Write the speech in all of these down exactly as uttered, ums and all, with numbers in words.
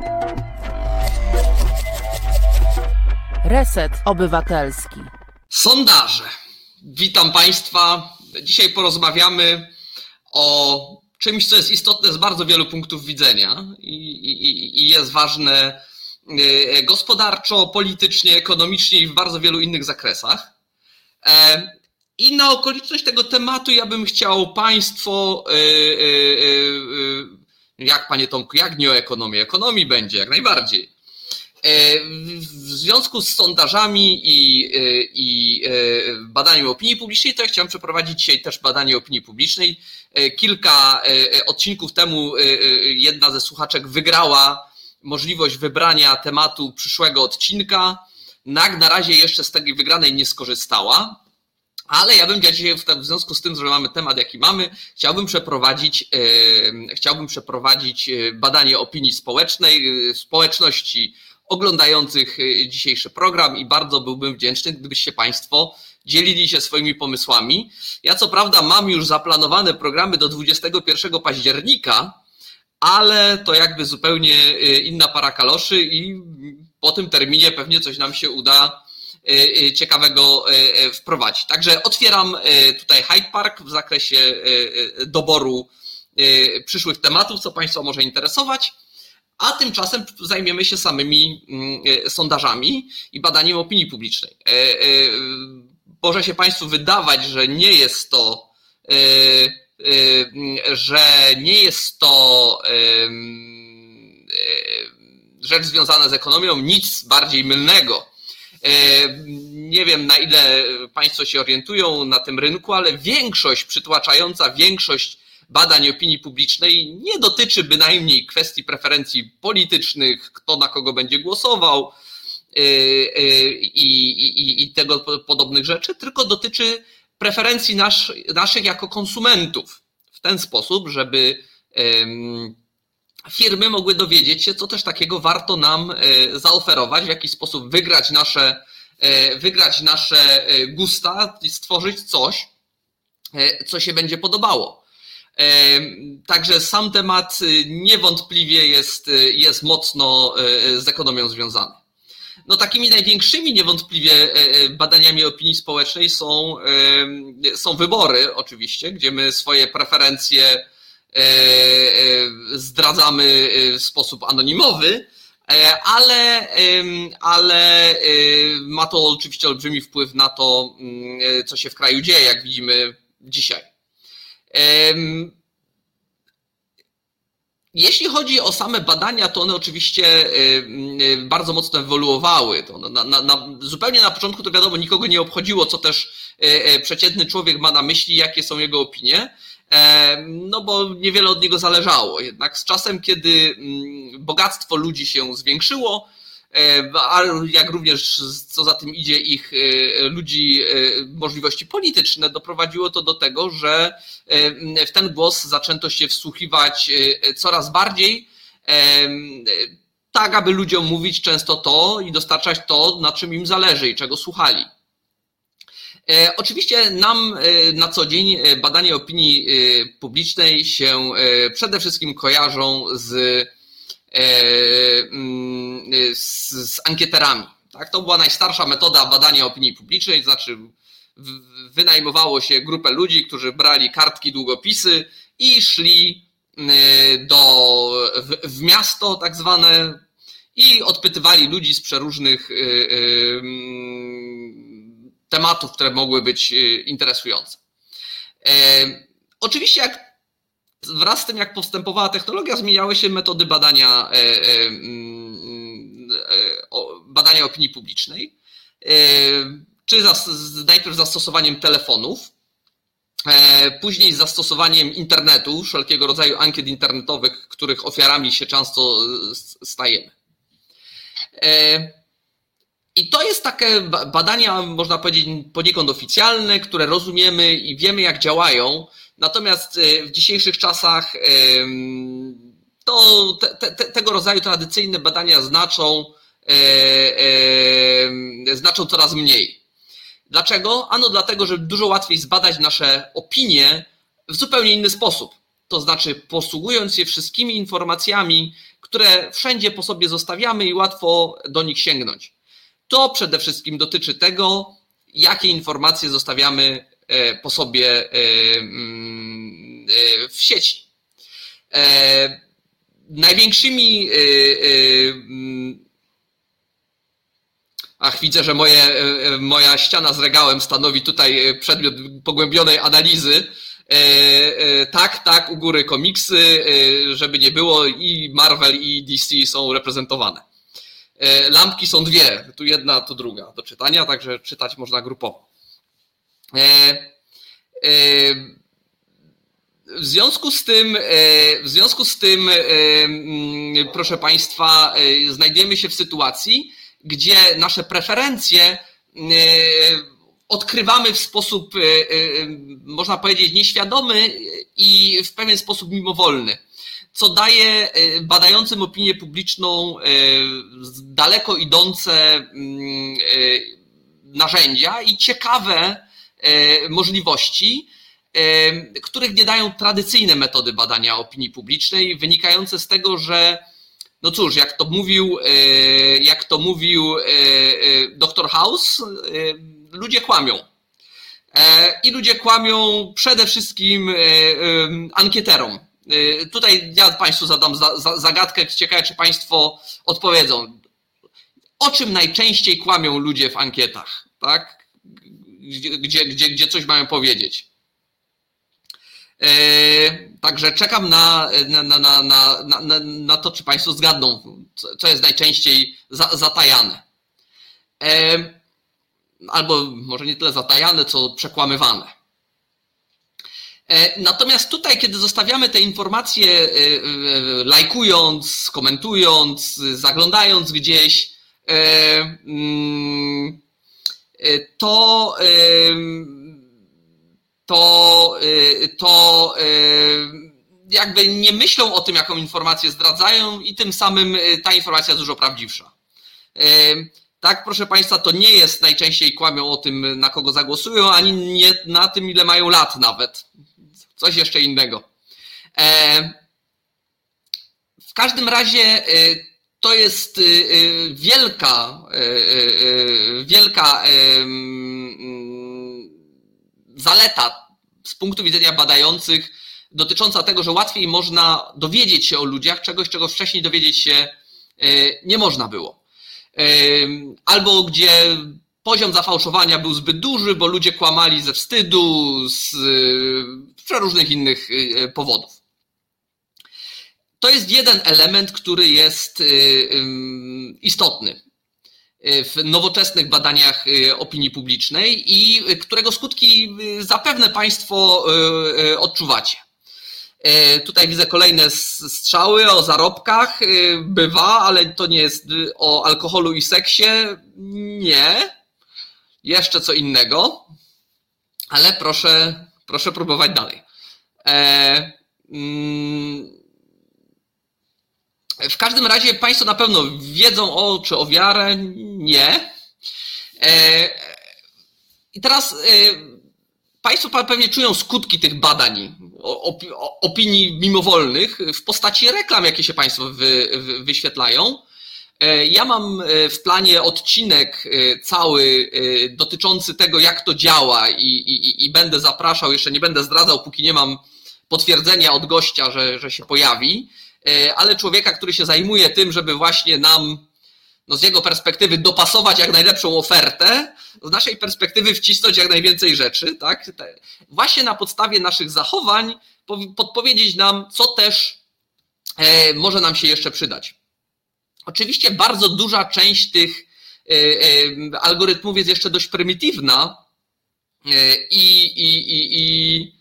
Reset Obywatelski. Sondaże. Witam Państwa. Dzisiaj porozmawiamy o czymś, co jest istotne z bardzo wielu punktów widzenia i, i, i jest ważne gospodarczo, politycznie, ekonomicznie i w bardzo wielu innych zakresach. I na okoliczność tego tematu ja bym chciał Państwo, jak Panie Tomku, jak nie o ekonomii? Ekonomii będzie, jak najbardziej. W związku z sondażami i, i badaniem opinii publicznej, to ja chciałem przeprowadzić dzisiaj też badanie opinii publicznej. Kilka odcinków temu jedna ze słuchaczek wygrała możliwość wybrania tematu przyszłego odcinka. Jak na razie jeszcze z tej wygranej nie skorzystała, ale ja bym dzisiaj w związku z tym, że mamy temat jaki mamy, chciałbym przeprowadzić, chciałbym przeprowadzić badanie opinii społecznej, społeczności oglądających dzisiejszy program i bardzo byłbym wdzięczny, gdybyście Państwo dzielili się swoimi pomysłami. Ja co prawda mam już zaplanowane programy do dwudziestego pierwszego października, ale to jakby zupełnie inna para kaloszy i po tym terminie pewnie coś nam się uda ciekawego wprowadzić. Także otwieram tutaj Hyde Park w zakresie doboru przyszłych tematów, co Państwa może interesować. A tymczasem zajmiemy się samymi sondażami i badaniem opinii publicznej. Może się Państwu wydawać, że nie jest to, że nie jest to rzecz związana z ekonomią, nic bardziej mylnego. Nie wiem, na ile Państwo się orientują na tym rynku, ale większość, przytłaczająca większość badań opinii publicznej nie dotyczy bynajmniej kwestii preferencji politycznych, kto na kogo będzie głosował i, i, i tego podobnych rzeczy, tylko dotyczy preferencji nasz, naszych jako konsumentów w ten sposób, żeby firmy mogły dowiedzieć się, co też takiego warto nam zaoferować, w jaki sposób wygrać nasze, wygrać nasze gusta i stworzyć coś, co się będzie podobało. Także sam temat niewątpliwie jest, jest mocno z ekonomią związany. No takimi największymi niewątpliwie badaniami opinii społecznej są, są wybory oczywiście, gdzie my swoje preferencje zdradzamy w sposób anonimowy, ale, ale ma to oczywiście olbrzymi wpływ na to, co się w kraju dzieje, jak widzimy dzisiaj. Jeśli chodzi o same badania, to one oczywiście bardzo mocno ewoluowały. To na, na, na, zupełnie na początku to wiadomo, nikogo nie obchodziło, co też przeciętny człowiek ma na myśli, jakie są jego opinie, no bo niewiele od niego zależało. Jednak z czasem, kiedy bogactwo ludzi się zwiększyło, a jak również co za tym idzie ich ludzi możliwości polityczne, doprowadziło to do tego, że w ten głos zaczęto się wsłuchiwać coraz bardziej, tak aby ludziom mówić często to i dostarczać to, na czym im zależy i czego słuchali. Oczywiście nam na co dzień badania opinii publicznej się przede wszystkim kojarzą z Z, z ankieterami. Tak? To była najstarsza metoda badania opinii publicznej, to znaczy wynajmowało się grupę ludzi, którzy brali kartki, długopisy i szli do, w, w miasto tak zwane i odpytywali ludzi z przeróżnych tematów, które mogły być interesujące. Oczywiście jak wraz z tym, jak postępowała technologia, zmieniały się metody badania, badania opinii publicznej, czy najpierw z zastosowaniem telefonów, później z zastosowaniem internetu, wszelkiego rodzaju ankiet internetowych, których ofiarami się często stajemy. I to jest takie badania, można powiedzieć, poniekąd oficjalne, które rozumiemy i wiemy, jak działają. Natomiast w dzisiejszych czasach to te, te, tego rodzaju tradycyjne badania znaczą, znaczą coraz mniej. Dlaczego? Ano dlatego, że dużo łatwiej zbadać nasze opinie w zupełnie inny sposób. To znaczy posługując się wszystkimi informacjami, które wszędzie po sobie zostawiamy i łatwo do nich sięgnąć. To przede wszystkim dotyczy tego, jakie informacje zostawiamy po sobie w sieci. Największymi... Ach, widzę, że moje, moja ściana z regałem stanowi tutaj przedmiot pogłębionej analizy. Tak, tak, u góry komiksy, żeby nie było, i Marvel, i D C są reprezentowane. Lampki są dwie, tu jedna, tu druga do czytania, także czytać można grupowo. W związku z tym, w związku z tym, proszę Państwa, znajdujemy się w sytuacji, gdzie nasze preferencje odkrywamy w sposób, można powiedzieć, nieświadomy i w pewien sposób mimowolny, co daje badającym opinię publiczną daleko idące narzędzia i ciekawe możliwości, których nie dają tradycyjne metody badania opinii publicznej, wynikające z tego, że no cóż, jak to mówił, jak to mówił doktor House, ludzie kłamią. I ludzie kłamią przede wszystkim ankieterom. Tutaj ja Państwu zadam zagadkę, ciekawe, czy Państwo odpowiedzą. O czym najczęściej kłamią ludzie w ankietach, tak? Gdzie, gdzie, gdzie coś mają powiedzieć. Także czekam na, na, na, na, na, na to, czy Państwo zgadną, co jest najczęściej zatajane. Albo może nie tyle zatajane, co przekłamywane. Natomiast tutaj, kiedy zostawiamy te informacje lajkując, komentując, zaglądając gdzieś, to to, to jakby nie myślą o tym, jaką informację zdradzają, i tym samym ta informacja jest dużo prawdziwsza. Tak, proszę Państwa, to nie jest najczęściej kłamią o tym, na kogo zagłosują, ani nie na tym, ile mają lat nawet. Coś jeszcze innego. W każdym razie to jest wielka, wielka zaleta z punktu widzenia badających, dotycząca tego, że łatwiej można dowiedzieć się o ludziach czegoś, czego wcześniej dowiedzieć się nie można było. Albo gdzie poziom zafałszowania był zbyt duży, bo ludzie kłamali ze wstydu, z przeróżnych innych powodów. To jest jeden element, który jest istotny w nowoczesnych badaniach opinii publicznej i którego skutki zapewne Państwo odczuwacie. Tutaj widzę kolejne strzały o zarobkach. Bywa, ale to nie jest o alkoholu i seksie. Nie. Jeszcze co innego. Ale proszę, proszę próbować dalej. W każdym razie Państwo na pewno wiedzą o, czy o wiarę. Nie. I teraz Państwo pewnie czują skutki tych badań, opinii mimowolnych w postaci reklam, jakie się Państwo wy, wy, wyświetlają. Ja mam w planie odcinek cały dotyczący tego, jak to działa, i, i, i będę zapraszał, jeszcze nie będę zdradzał, póki nie mam potwierdzenia od gościa, że, że się pojawi, ale człowieka, który się zajmuje tym, żeby właśnie nam, no z jego perspektywy, dopasować jak najlepszą ofertę, z naszej perspektywy wcisnąć jak najwięcej rzeczy, tak? Właśnie na podstawie naszych zachowań podpowiedzieć nam, co też może nam się jeszcze przydać. Oczywiście bardzo duża część tych algorytmów jest jeszcze dość prymitywna i, i, i, i,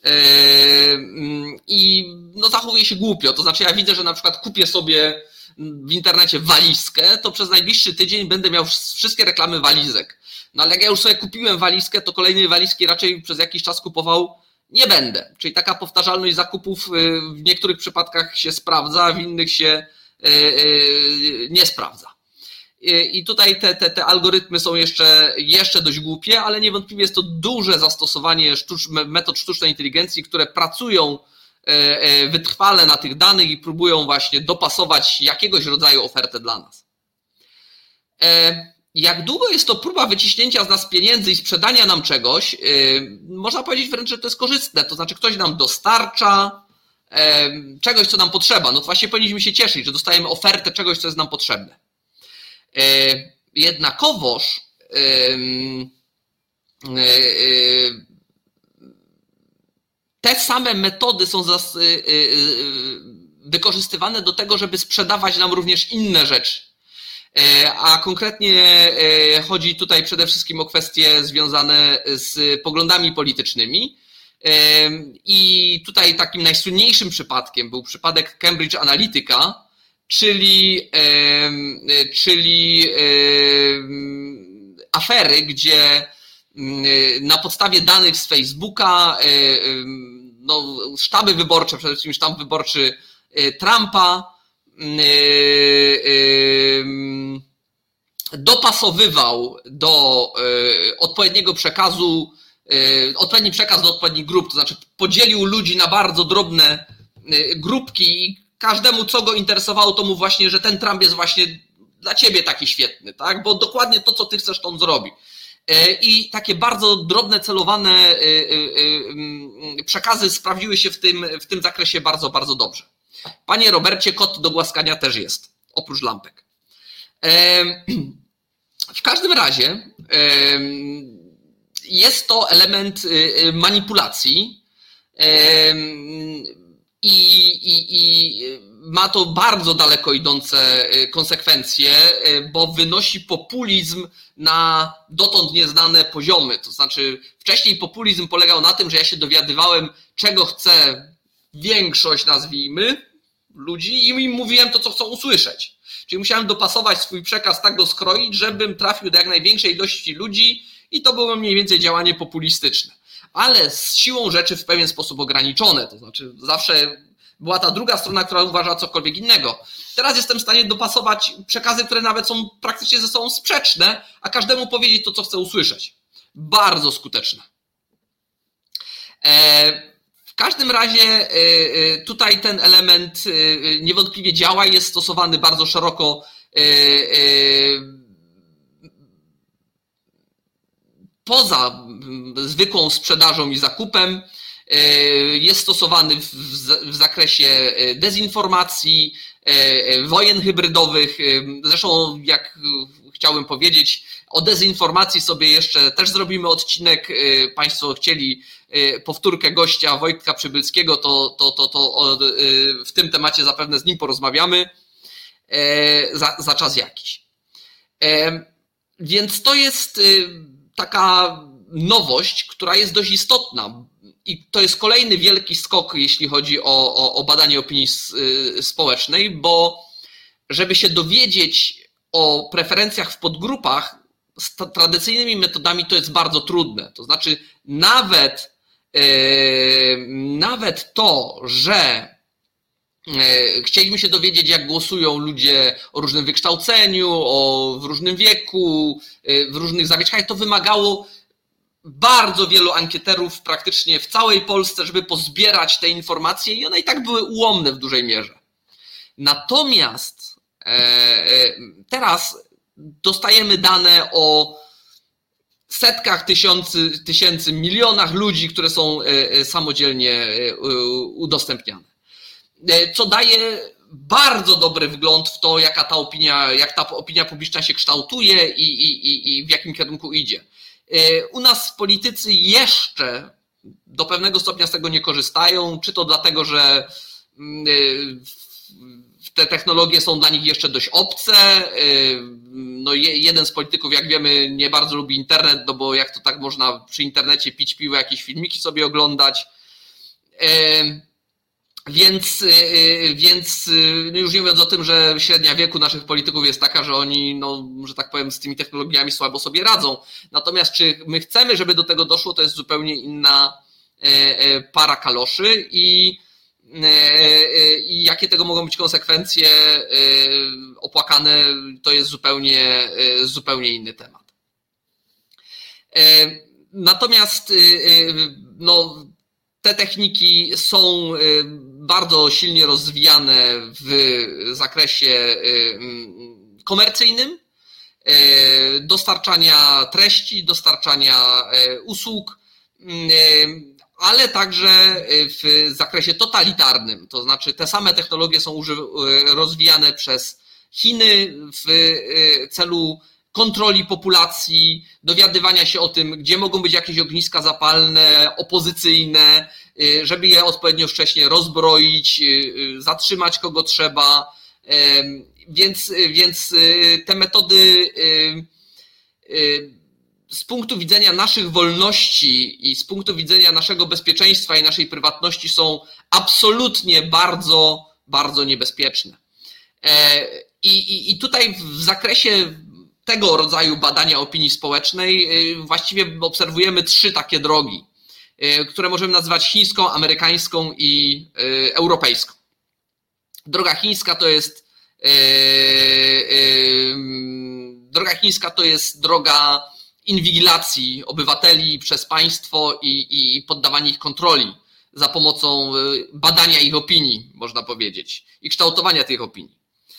i no zachowuje się głupio. To znaczy ja widzę, że na przykład kupię sobie w internecie walizkę, to przez najbliższy tydzień będę miał wszystkie reklamy walizek. No ale jak ja już sobie kupiłem walizkę, to kolejnej walizki raczej przez jakiś czas kupował nie będę. Czyli taka powtarzalność zakupów w niektórych przypadkach się sprawdza, a w innych się nie sprawdza. I tutaj te, te, te algorytmy są jeszcze, jeszcze dość głupie, ale niewątpliwie jest to duże zastosowanie sztucz, metod sztucznej inteligencji, które pracują wytrwale na tych danych i próbują właśnie dopasować jakiegoś rodzaju ofertę dla nas. Jak długo jest to próba wyciśnięcia z nas pieniędzy i sprzedania nam czegoś, można powiedzieć wręcz, że to jest korzystne, to znaczy ktoś nam dostarcza czegoś, co nam potrzeba. No to właśnie powinniśmy się cieszyć, że dostajemy ofertę czegoś, co jest nam potrzebne. Jednakowoż te same metody są wykorzystywane do tego, żeby sprzedawać nam również inne rzeczy. A konkretnie chodzi tutaj przede wszystkim o kwestie związane z poglądami politycznymi. I tutaj takim najsłynniejszym przypadkiem był przypadek Cambridge Analytica, czyli, czyli afery, gdzie na podstawie danych z Facebooka no, sztaby wyborcze, przede wszystkim sztab wyborczy Trumpa dopasowywał do odpowiedniego przekazu, odpowiedni przekaz do odpowiednich grup, to znaczy podzielił ludzi na bardzo drobne grupki i każdemu, co go interesowało, to mu właśnie, że ten Trump jest właśnie dla ciebie taki świetny, tak? Bo dokładnie to, co ty chcesz, to on zrobi. I takie bardzo drobne, celowane przekazy sprawdziły się w tym, w tym zakresie bardzo, bardzo dobrze. Panie Robercie, kod do głaskania też jest, oprócz lampek. W każdym razie jest to element manipulacji i, i, i ma to bardzo daleko idące konsekwencje, bo wynosi populizm na dotąd nieznane poziomy. To znaczy wcześniej populizm polegał na tym, że ja się dowiadywałem, czego chce większość, nazwijmy, ludzi i im mówiłem to, co chcą usłyszeć. Czyli musiałem dopasować swój przekaz, tak go skroić, żebym trafił do jak największej ilości ludzi i to było mniej więcej działanie populistyczne. Ale z siłą rzeczy w pewien sposób ograniczone. To znaczy zawsze była ta druga strona, która uważa cokolwiek innego. Teraz jestem w stanie dopasować przekazy, które nawet są praktycznie ze sobą sprzeczne, a każdemu powiedzieć to, co chce usłyszeć. Bardzo skuteczne. W każdym razie tutaj ten element niewątpliwie działa i jest stosowany bardzo szeroko poza zwykłą sprzedażą i zakupem. Jest stosowany w zakresie dezinformacji, wojen hybrydowych. Zresztą, jak chciałbym powiedzieć, o dezinformacji sobie jeszcze też zrobimy odcinek. Państwo chcieli powtórkę gościa Wojtka Przybylskiego, to, to, to, to w tym temacie zapewne z nim porozmawiamy za, za czas jakiś. Więc to jest taka nowość, która jest dość istotna i to jest kolejny wielki skok, jeśli chodzi o, o, o badanie opinii społecznej, bo żeby się dowiedzieć o preferencjach w podgrupach z tradycyjnymi metodami to jest bardzo trudne. To znaczy nawet, yy, nawet to, że chcieliśmy się dowiedzieć, jak głosują ludzie o różnym wykształceniu, o, w różnym wieku, w różnych zawieczkach, to wymagało bardzo wielu ankieterów praktycznie w całej Polsce, żeby pozbierać te informacje i one i tak były ułomne w dużej mierze. Natomiast teraz dostajemy dane o setkach tysięcy, tysięcy, milionach ludzi, które są samodzielnie udostępniane. Co daje bardzo dobry wgląd w to, jaka ta opinia, jak ta opinia publiczna się kształtuje i, i, i w jakim kierunku idzie. U nas politycy jeszcze do pewnego stopnia z tego nie korzystają, czy to dlatego, że te technologie są dla nich jeszcze dość obce. No jeden z polityków, jak wiemy, nie bardzo lubi internet, no bo jak to tak można przy internecie pić piwo, jakieś filmiki sobie oglądać. Więc, więc już nie mówiąc o tym, że średnia wieku naszych polityków jest taka, że oni, no, że tak powiem, z tymi technologiami słabo sobie radzą. Natomiast czy my chcemy, żeby do tego doszło, to jest zupełnie inna para kaloszy i, i jakie tego mogą być konsekwencje opłakane, to jest zupełnie, zupełnie inny temat. Natomiast no, Te techniki są bardzo silnie rozwijane w zakresie komercyjnym, dostarczania treści, dostarczania usług, ale także w zakresie totalitarnym. To znaczy te same technologie są rozwijane przez Chiny w celu kontroli populacji, dowiadywania się o tym, gdzie mogą być jakieś ogniska zapalne, opozycyjne, żeby je odpowiednio wcześnie rozbroić, zatrzymać kogo trzeba. Więc, więc te metody z punktu widzenia naszych wolności i z punktu widzenia naszego bezpieczeństwa i naszej prywatności są absolutnie bardzo, bardzo niebezpieczne. I, i, i tutaj w zakresie tego rodzaju badania opinii społecznej właściwie obserwujemy trzy takie drogi, które możemy nazwać chińską, amerykańską i europejską. Droga chińska to jest droga chińska to jest droga inwigilacji obywateli przez państwo i, i poddawanie ich kontroli za pomocą badania ich opinii, można powiedzieć, i kształtowania tych opinii.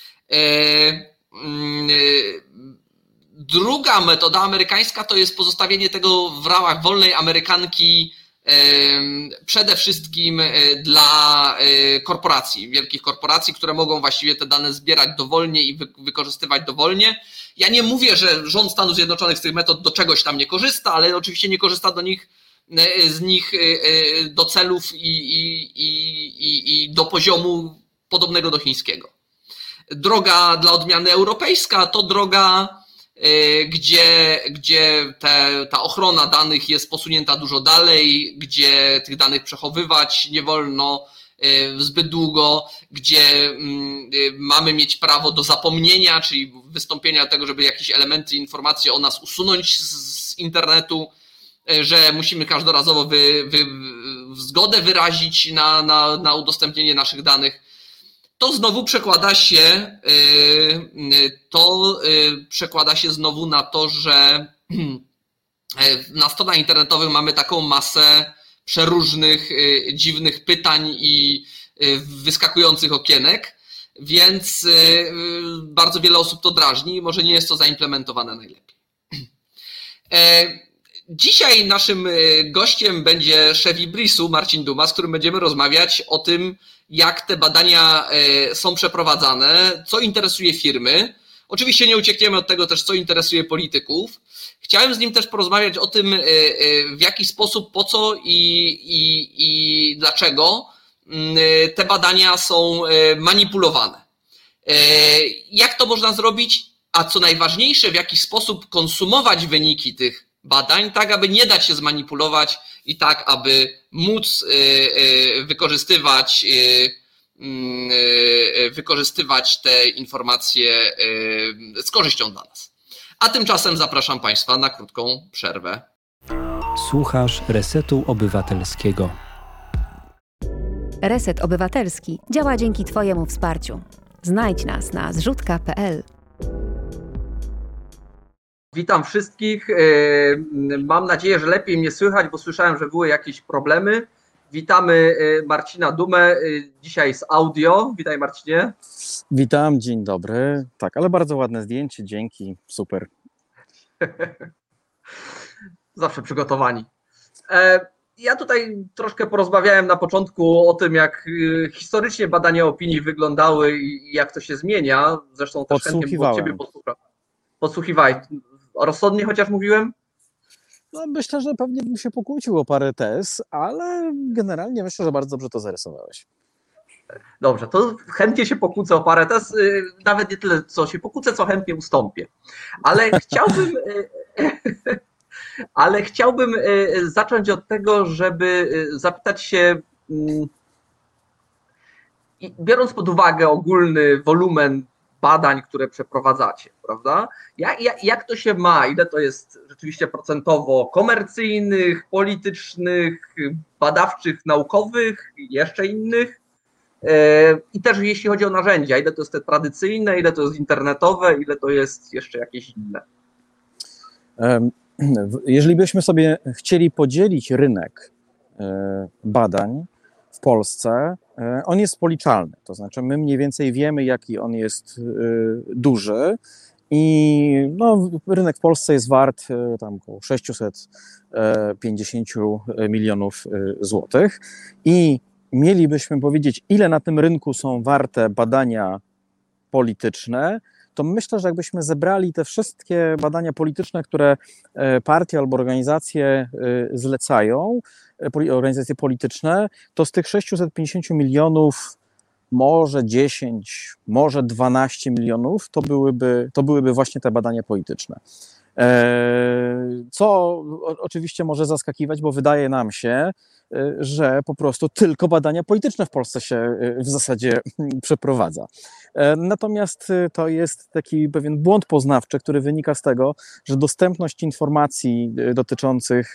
Druga metoda amerykańska to jest pozostawienie tego w ramach wolnej Amerykanki przede wszystkim dla korporacji, wielkich korporacji, które mogą właściwie te dane zbierać dowolnie i wykorzystywać dowolnie. Ja nie mówię, że rząd Stanów Zjednoczonych z tych metod do czegoś tam nie korzysta, ale oczywiście nie korzysta do nich, z nich do celów i, i, i, i do poziomu podobnego do chińskiego. Droga dla odmiany europejska to droga, gdzie, gdzie te, ta ochrona danych jest posunięta dużo dalej, gdzie tych danych przechowywać nie wolno zbyt długo, gdzie mamy mieć prawo do zapomnienia, czyli wystąpienia tego, żeby jakieś elementy informacji o nas usunąć z internetu, że musimy każdorazowo wy, wy, zgodę wyrazić na, na, na udostępnienie naszych danych. To znowu przekłada się, to przekłada się znowu na to, że na stronach internetowych mamy taką masę przeróżnych, dziwnych pytań i wyskakujących okienek, więc bardzo wiele osób to drażni i może nie jest to zaimplementowane najlepiej. Dzisiaj naszym gościem będzie szef Ibrisu, Marcin Duma, z którym będziemy rozmawiać o tym, jak te badania są przeprowadzane, co interesuje firmy. Oczywiście nie uciekniemy od tego też, co interesuje polityków. Chciałem z nim też porozmawiać o tym, w jaki sposób, po co i, i, i dlaczego te badania są manipulowane. Jak to można zrobić, a co najważniejsze, w jaki sposób konsumować wyniki tych badań, tak aby nie dać się zmanipulować i tak, aby móc wykorzystywać, wykorzystywać te informacje z korzyścią dla nas. A tymczasem zapraszam Państwa na krótką przerwę. Słuchasz Resetu Obywatelskiego. Reset Obywatelski działa dzięki Twojemu wsparciu. Znajdź nas na zrzutka kropka pe el. Witam wszystkich. Mam nadzieję, że lepiej mnie słychać, bo słyszałem, że były jakieś problemy. Witamy Marcina Dumę, dzisiaj z audio. Witaj, Marcinie. Witam, dzień dobry. Tak, ale bardzo ładne zdjęcie, dzięki, super. Zawsze przygotowani. Ja tutaj troszkę porozmawiałem na początku o tym, jak historycznie badania opinii wyglądały i jak to się zmienia. Zresztą też chętnie było Ciebie posłuchać. Podsłuchiwaj. Rozsądnie chociaż mówiłem? No myślę, że pewnie bym się pokłócił o parę tez, ale generalnie myślę, że bardzo dobrze to zarysowałeś. Dobrze, to chętnie się pokłócę o parę tez, nawet nie tyle co się pokłócę, co chętnie ustąpię. Ale chciałbym, ale chciałbym zacząć od tego, żeby zapytać się, biorąc pod uwagę ogólny wolumen badań, które przeprowadzacie, prawda? Jak, jak to się ma? Ile to jest rzeczywiście procentowo komercyjnych, politycznych, badawczych, naukowych, jeszcze innych? I też jeśli chodzi o narzędzia, ile to jest te tradycyjne, ile to jest internetowe, ile to jest jeszcze jakieś inne? Jeżeli byśmy sobie chcieli podzielić rynek badań w Polsce, on jest policzalny. To znaczy my mniej więcej wiemy, jaki on jest duży i no, rynek w Polsce jest wart tam około sześćset pięćdziesiąt milionów złotych i mielibyśmy powiedzieć, ile na tym rynku są warte badania polityczne, to myślę, że jakbyśmy zebrali te wszystkie badania polityczne, które partie albo organizacje zlecają, organizacje polityczne, to z tych sześćset pięćdziesiąt milionów może dziesięć, może dwanaście milionów to byłyby, to byłyby właśnie te badania polityczne. Co oczywiście może zaskakiwać, bo wydaje nam się, że po prostu tylko badania polityczne w Polsce się w zasadzie przeprowadza. Natomiast to jest taki pewien błąd poznawczy, który wynika z tego, że dostępność informacji dotyczących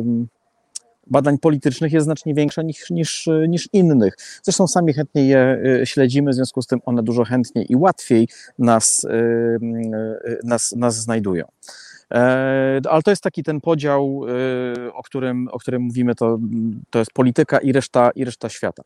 badań politycznych jest znacznie większa niż, niż, niż innych. Zresztą sami chętnie je śledzimy, w związku z tym one dużo chętniej i łatwiej nas, nas, nas znajdują. Ale to jest taki ten podział, o którym, o którym mówimy, to, to jest polityka i reszta, i reszta świata.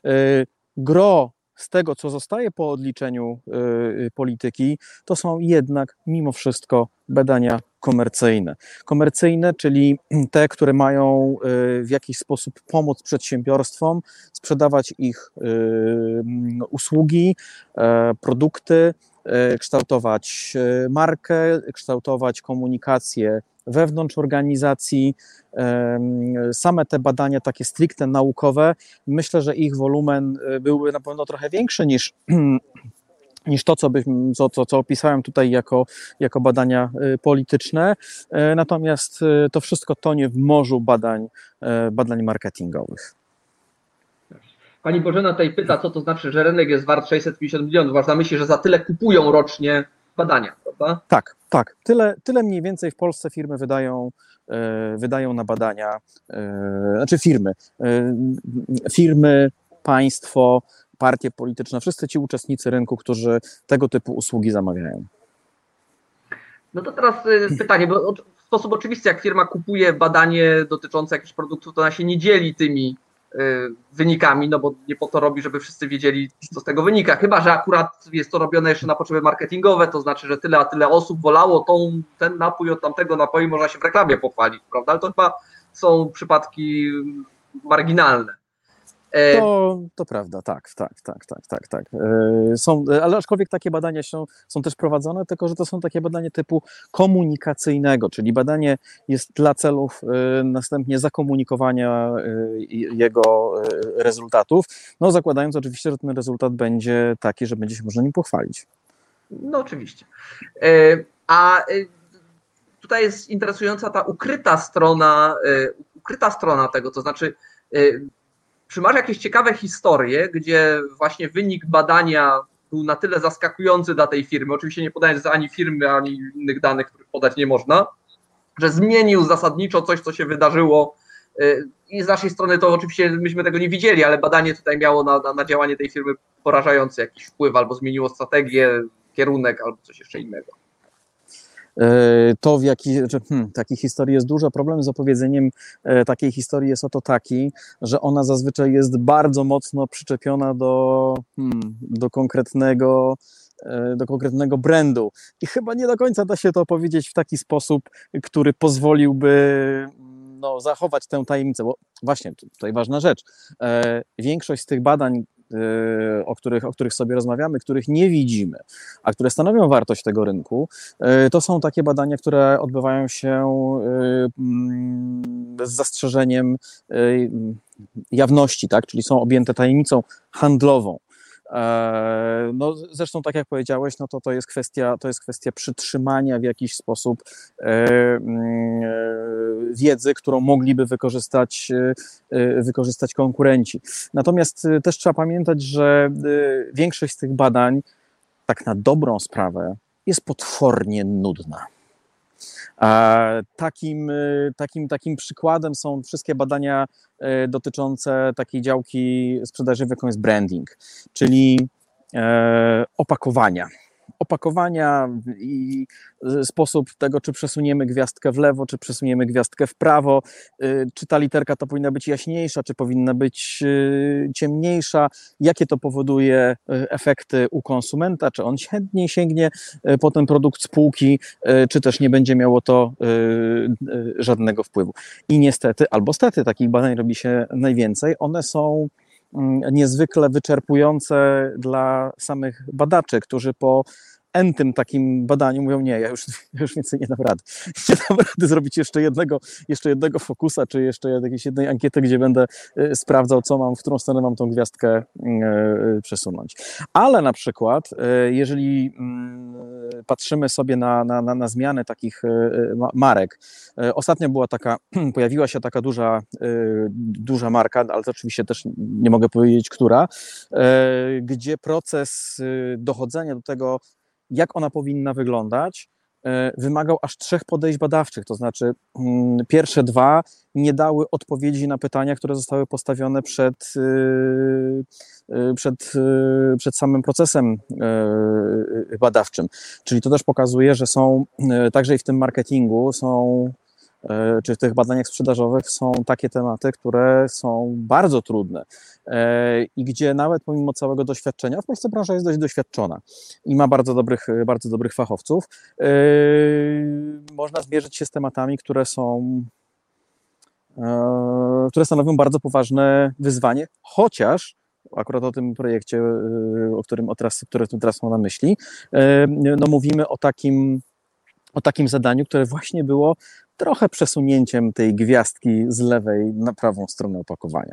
Gro z tego, co zostaje po odliczeniu polityki, to są jednak mimo wszystko badania komercyjne. Komercyjne, czyli te, które mają w jakiś sposób pomóc przedsiębiorstwom sprzedawać ich usługi, produkty, kształtować markę, kształtować komunikację wewnątrz organizacji. Same te badania takie stricte naukowe, myślę, że ich wolumen byłby na pewno trochę większy niż, niż to, co, by, co, co, co opisałem tutaj jako, jako badania polityczne. Natomiast to wszystko tonie w morzu badań, badań marketingowych. Pani Bożena tutaj pyta, co to znaczy, że rynek jest wart sześćset pięćdziesiąt milionów. Masz na myśli, że za tyle kupują rocznie badania, prawda? Tak, tak. Tyle, tyle mniej więcej w Polsce firmy wydają, wydają na badania, znaczy firmy, firmy, państwo, partie polityczne, wszyscy ci uczestnicy rynku, którzy tego typu usługi zamawiają. No to teraz pytanie, bo w sposób oczywisty, jak firma kupuje badanie dotyczące jakichś produktów, to ona się nie dzieli tymi wynikami, no bo nie po to robi, żeby wszyscy wiedzieli, co z tego wynika. Chyba że akurat jest to robione jeszcze na potrzeby marketingowe, to znaczy, że tyle a tyle osób wolało tą, ten napój od tamtego napoju, można się w reklamie pochwalić, prawda? Ale to chyba są przypadki marginalne. To, to prawda, tak, tak, tak, tak, tak, tak. Są, ale aczkolwiek takie badania są, są też prowadzone, tylko że to są takie badania typu komunikacyjnego, czyli badanie jest dla celów następnie zakomunikowania jego rezultatów, no zakładając oczywiście, że ten rezultat będzie taki, że będzie się można nim pochwalić. No oczywiście. A tutaj jest interesująca ta ukryta strona, ukryta strona tego, to znaczy czy masz jakieś ciekawe historie, gdzie właśnie wynik badania był na tyle zaskakujący dla tej firmy, oczywiście nie podając ani firmy, ani innych danych, których podać nie można, że zmienił zasadniczo coś, co się wydarzyło i z naszej strony to oczywiście myśmy tego nie widzieli, ale badanie tutaj miało na, na, na działanie tej firmy porażający jakiś wpływ, albo zmieniło strategię, kierunek, albo coś jeszcze innego. To w jaki, że, hmm, takich historii jest dużo. Problem z opowiedzeniem e, takiej historii jest oto taki, że ona zazwyczaj jest bardzo mocno przyczepiona do, hmm, do konkretnego e, do konkretnego brandu i chyba nie do końca da się to opowiedzieć w taki sposób, który pozwoliłby no, zachować tę tajemnicę, bo właśnie tutaj ważna rzecz, e, większość z tych badań, O których, o których sobie rozmawiamy, których nie widzimy, a które stanowią wartość tego rynku, to są takie badania, które odbywają się z zastrzeżeniem jawności, tak? Czyli są objęte tajemnicą handlową. No, zresztą tak jak powiedziałeś, no to, to, jest kwestia, to jest kwestia przytrzymania w jakiś sposób wiedzy, którą mogliby wykorzystać, wykorzystać konkurenci. Natomiast też trzeba pamiętać, że większość z tych badań, tak na dobrą sprawę, jest potwornie nudna. Takim, takim, takim przykładem są wszystkie badania dotyczące takiej działki sprzedaży, jaką jest branding, czyli opakowania. opakowania i sposób tego, czy przesuniemy gwiazdkę w lewo, czy przesuniemy gwiazdkę w prawo, czy ta literka to powinna być jaśniejsza, czy powinna być ciemniejsza, jakie to powoduje efekty u konsumenta, czy on chętniej sięgnie po ten produkt z półki, czy też nie będzie miało to żadnego wpływu. I niestety, albo stety, takich badań robi się najwięcej. One są niezwykle wyczerpujące dla samych badaczy, którzy po entym takim badaniu mówią, nie, ja już, ja już więcej nie dam rady. Nie dam rady zrobić jeszcze jednego, jeszcze jednego fokusa, czy jeszcze jakiejś jednej ankiety, gdzie będę sprawdzał, co mam, w którą stronę mam tą gwiazdkę przesunąć. Ale na przykład, jeżeli patrzymy sobie na, na, na, na zmianę takich marek, ostatnio była taka, pojawiła się taka duża, duża marka, ale to oczywiście też nie mogę powiedzieć, która, gdzie proces dochodzenia do tego, jak ona powinna wyglądać, wymagał aż trzech podejść badawczych, to znaczy pierwsze dwa nie dały odpowiedzi na pytania, które zostały postawione przed, przed, przed samym procesem badawczym. Czyli to też pokazuje, że są, także i w tym marketingu są, czy w tych badaniach sprzedażowych są takie tematy, które są bardzo trudne i gdzie nawet pomimo całego doświadczenia, w Polsce branża jest dość doświadczona i ma bardzo dobrych, bardzo dobrych fachowców, można zmierzyć się z tematami, które są, które stanowią bardzo poważne wyzwanie, chociaż akurat o tym projekcie, o którym, o teraz, który teraz mam na myśli, no mówimy o takim, o takim zadaniu, które właśnie było trochę przesunięciem tej gwiazdki z lewej na prawą stronę opakowania.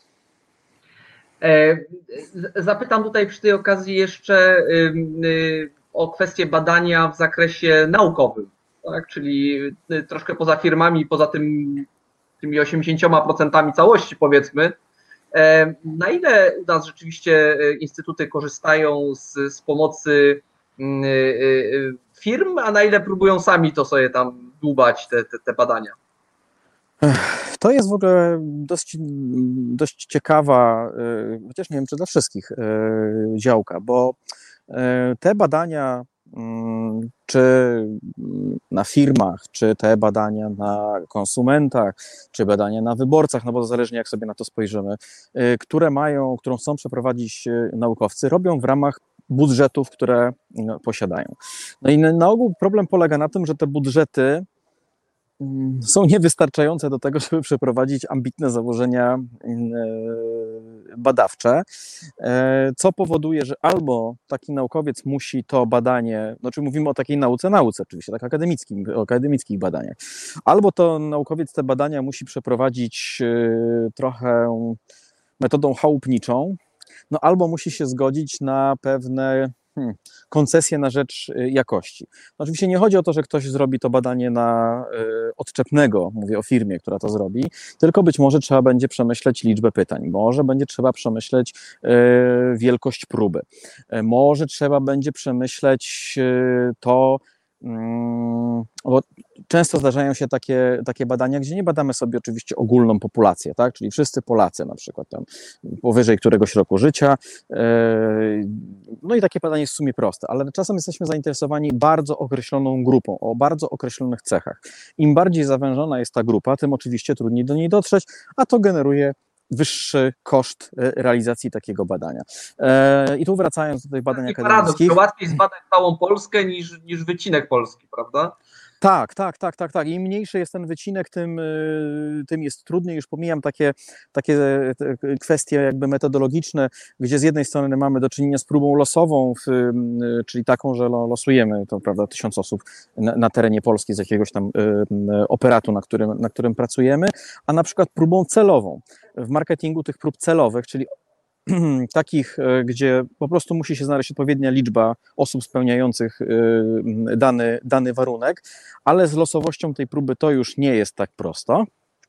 Zapytam tutaj przy tej okazji jeszcze o kwestię badania w zakresie naukowym, tak? Czyli troszkę poza firmami, poza tym, tymi osiemdziesięcioma procentami całości, powiedzmy. Na ile u nas rzeczywiście instytuty korzystają z, z pomocy firm, a na ile próbują sami to sobie tam dłubać, te, te, te badania? To jest w ogóle dość, dość ciekawa, chociaż nie wiem, czy dla wszystkich działka, bo te badania, czy na firmach, czy te badania na konsumentach, czy badania na wyborcach, no bo zależnie jak sobie na to spojrzymy, które mają, którą chcą przeprowadzić naukowcy, robią w ramach budżetów, które posiadają. No i na ogół problem polega na tym, że te budżety są niewystarczające do tego, żeby przeprowadzić ambitne założenia badawcze, co powoduje, że albo taki naukowiec musi to badanie, znaczy mówimy o takiej nauce, nauce oczywiście, tak akademickim, o akademickich badaniach, albo to naukowiec te badania musi przeprowadzić trochę metodą chałupniczą, no albo musi się zgodzić na pewne Hmm, koncesje na rzecz jakości. No oczywiście nie chodzi o to, że ktoś zrobi to badanie na y, odczepnego, mówię o firmie, która to zrobi, tylko być może trzeba będzie przemyśleć liczbę pytań, może będzie trzeba przemyśleć y, wielkość próby, y, może trzeba będzie przemyśleć y, to, bo często zdarzają się takie, takie badania, gdzie nie badamy sobie oczywiście ogólną populację, tak? Czyli wszyscy Polacy na przykład tam powyżej któregoś roku życia. No i takie badanie jest w sumie proste, ale czasem jesteśmy zainteresowani bardzo określoną grupą, o bardzo określonych cechach. Im bardziej zawężona jest ta grupa, tym oczywiście trudniej do niej dotrzeć, a to generuje wyższy koszt realizacji takiego badania. I tu wracając do tych badań Taki akademickich. Paradoks, łatwiej zbadać całą Polskę niż, niż wycinek Polski, prawda? Tak, tak, tak, tak, tak. Im mniejszy jest ten wycinek, tym, tym jest trudniej. Już pomijam takie, takie kwestie jakby metodologiczne, gdzie z jednej strony mamy do czynienia z próbą losową, w, czyli taką, że losujemy to, prawda, tysiąc osób na, na terenie Polski z jakiegoś tam operatu, na którym, na którym pracujemy, a na przykład próbą celową. W marketingu tych prób celowych, czyli takich, gdzie po prostu musi się znaleźć odpowiednia liczba osób spełniających dany, dany warunek, ale z losowością tej próby to już nie jest tak prosto.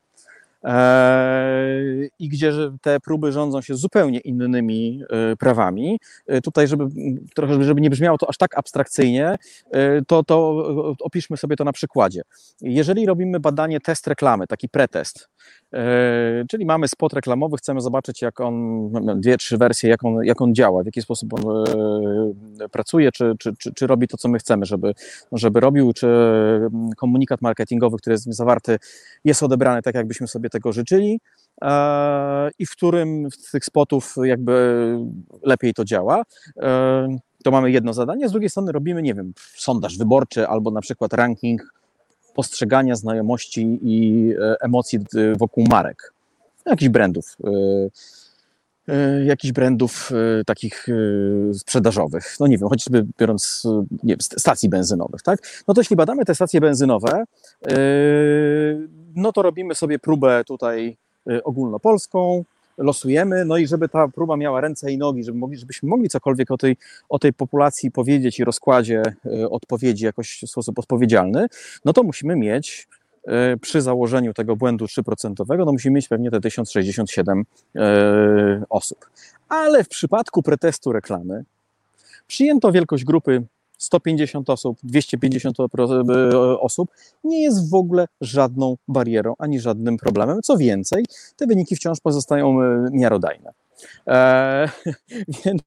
I gdzie te próby rządzą się zupełnie innymi prawami. Tutaj, żeby trochę, żeby nie brzmiało to aż tak abstrakcyjnie, to, to opiszmy sobie to na przykładzie. Jeżeli robimy badanie test reklamy, taki pretest, Czyli mamy spot reklamowy, chcemy zobaczyć, jak on, dwie, trzy wersje, jak on, jak on działa, w jaki sposób on pracuje, czy, czy, czy, czy robi to, co my chcemy, żeby, żeby robił, czy komunikat marketingowy, który jest zawarty, jest odebrany tak, jakbyśmy sobie tego życzyli i w którym z tych spotów jakby lepiej to działa. To mamy jedno zadanie, z drugiej strony robimy, nie wiem, sondaż wyborczy albo na przykład ranking postrzegania, znajomości i emocji wokół marek, jakichś brandów, jakichś brandów takich sprzedażowych, no nie wiem, chociażby biorąc, nie wiem, stacji benzynowych, tak? No to jeśli badamy te stacje benzynowe, no to robimy sobie próbę tutaj ogólnopolską, losujemy, no i żeby ta próba miała ręce i nogi, żeby mogli, żebyśmy mogli cokolwiek o tej, o tej populacji powiedzieć i rozkładzie odpowiedzi jakoś w sposób odpowiedzialny, no to musimy mieć przy założeniu tego błędu trzy procent, no musimy mieć pewnie te tysiąc sześćdziesiąt siedem osób. Ale w przypadku pretestu reklamy przyjęto wielkość grupy sto pięćdziesiąt osób, dwieście pięćdziesiąt osób, nie jest w ogóle żadną barierą, ani żadnym problemem. Co więcej, te wyniki wciąż pozostają miarodajne. Eee, więc...